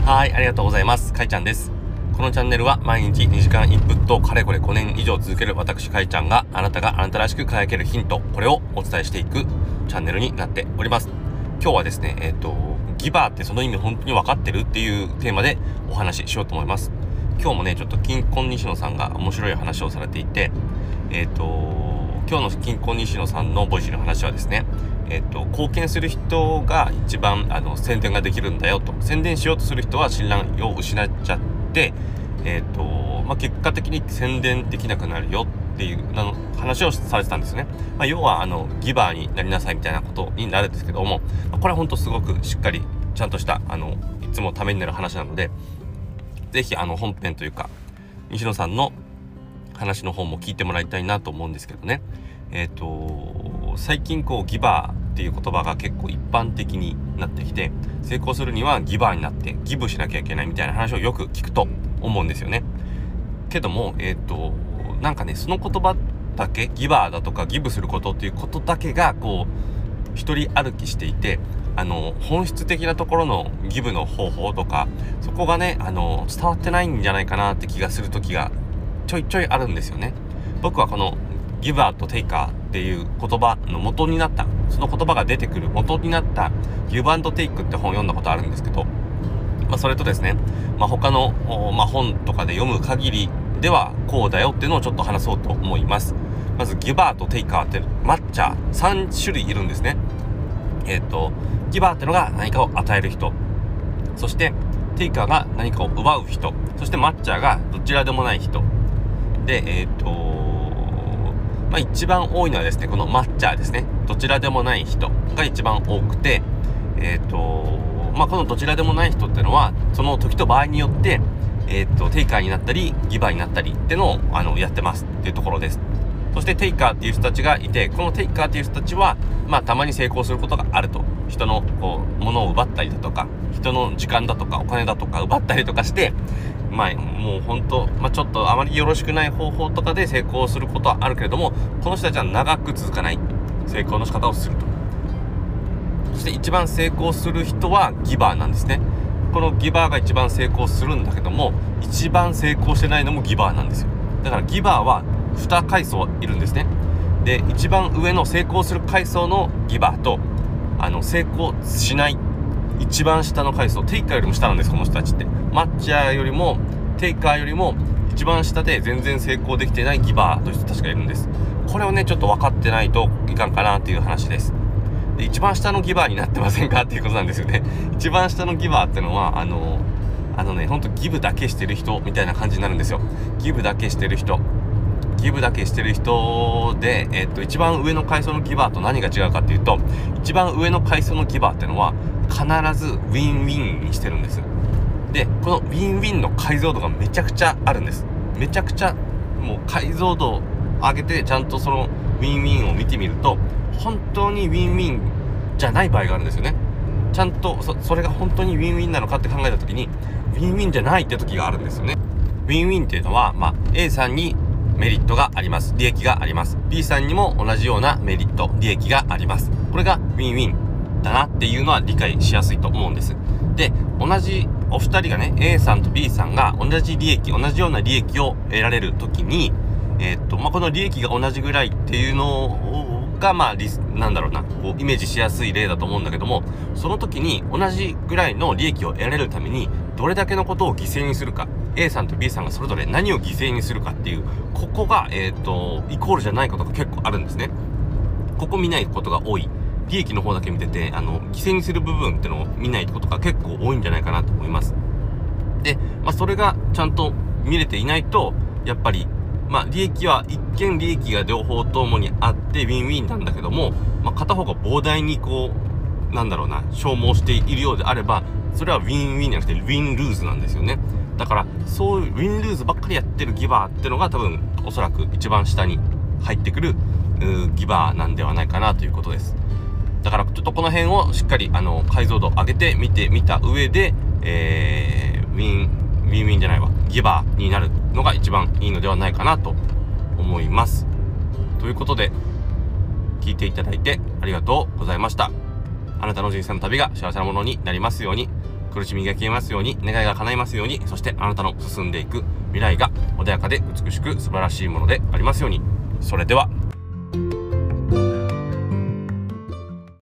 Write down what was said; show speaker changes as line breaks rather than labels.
はい、ありがとうございます。かいちゃんです。このチャンネルは毎日2時間インプットをかれこれ5年以上続ける私かいちゃんが、あなたがあなたらしく輝けるヒント、これをお伝えしていくチャンネルになっております。今日はですね、ギバーってその意味本当に分かってるっていうテーマでお話ししようと思います。今日もね、ちょっと金婚西野さんが面白い話をされていて、今日の金婚西野さんのボイシーの話はですね、貢献する人が一番宣伝ができるんだよと。宣伝しようとする人は信頼を失っちゃって、結果的に宣伝できなくなるよっていう話をされてたんですね。要はギバーになりなさいみたいなことになるんですけども、これは本当すごくしっかりちゃんとしたいつもためになる話なので、ぜひ本編というか西野さんの話の方も聞いてもらいたいなと思うんですけどね。最近ギバーっていう言葉が結構一般的になってきて、成功するにはギバーになってギブしなきゃいけないみたいな話をよく聞くと思うんですよね。けどもなんかね、その言葉だけ、ギバーだとかギブすることっていうことだけが一人歩きしていて、本質的なところのギブの方法とか、そこがね伝わってないんじゃないかなって気がする時がちょいちょいあるんですよね。僕はこのギバーとテイカーっていう言葉の元になった、その言葉が出てくる元になったギブアンドテイクって本を読んだことあるんですけど、それとですね、他の、本とかで読む限りではこうだよっていうのをちょっと話そうと思います。まずギバーとテイカーってマッチャー3種類いるんですね。ギバーってのが何かを与える人、そしてテイカーが何かを奪う人、そしてマッチャーがどちらでもない人で、一番多いのはですね、このマッチャーですね。どちらでもない人が一番多くて、このどちらでもない人ってのはその時と場合によって、テイカーになったりギバーになったりってのをやってますっていうところです。そしてテイカーっていう人たちがいて、このテイカーっていう人たちはたまに成功することがあると。人の物を奪ったりだとか、人の時間だとかお金だとか奪ったりとかして、もう本当ちょっとあまりよろしくない方法とかで成功することはあるけれども、この人たちは長く続かない成功の仕方をすると。そして一番成功する人はギバーなんですね。このギバーが一番成功するんだけども、一番成功してないのもギバーなんですよ。だからギバーは2階層いるんですね。で、一番上の成功する階層のギバーと成功しない一番下の階層、テイカーよりも下なんです。この人たちってマッチャーよりもテイカーよりも一番下で全然成功できてないギバーという人たちがいるんです。これをねちょっと分かってないといかんかなっていう話です。で、一番下のギバーになってませんかっていうことなんですよね。一番下のギバーってのはほんとギブだけしてる人みたいな感じになるんですよ。ギブだけしてる人で、一番上の階層のギバーと何が違うかっていうと、一番上の階層のギバーってのは必ずウィンウィンにしてるんです。で、このウィンウィンの解像度がめちゃくちゃあるんです。めちゃくちゃもう解像度を上げて、ちゃんとそのウィンウィンを見てみると、本当にウィンウィンじゃない場合があるんですよね。ちゃんとそれが本当にウィンウィンなのかって考えた時に、ウィンウィンじゃないって時があるんですよね。ウィンウィンっていうのは、A さんにメリットがあります。利益があります。B さんにも同じようなメリット、利益があります。これがウィンウィンだなっていうのは理解しやすいと思うんです。で、同じお二人がね、A さんと B さんが同じような利益を得られるときに、この利益が同じぐらいっていうのが、イメージしやすい例だと思うんだけども、その時に同じぐらいの利益を得られるために、どれだけのことを犠牲にするか、A さんと B さんがそれぞれ何を犠牲にするかっていう、ここが、イコールじゃないことが結構あるんですね。ここ見ないことが多い。利益の方だけ見てて、犠牲にする部分ってのを見ないことが結構多いんじゃないかなと思います。で、それがちゃんと見れていないと、やっぱり、利益は一見利益が両方ともにあってウィンウィンなんだけども、片方が膨大に消耗しているようであれば、それはウィンウィンじゃなくてウィンルーズなんですよね。だからそういうウィンルーズばっかりやってるギバーってのが多分おそらく一番下に入ってくるギバーなんではないかなということです。だからちょっとこの辺をしっかり解像度上げて見てみた上で、ウィンウィンじゃないわ、ギバーになるのが一番いいのではないかなと思います。ということで、聞いていただいてありがとうございました。あなたの人生の旅が幸せなものになりますように。 苦しみが消えますように、願いが叶いますように、そしてあなたの進んでいく未来が穏やかで美しく素晴らしいものでありますように。それでは。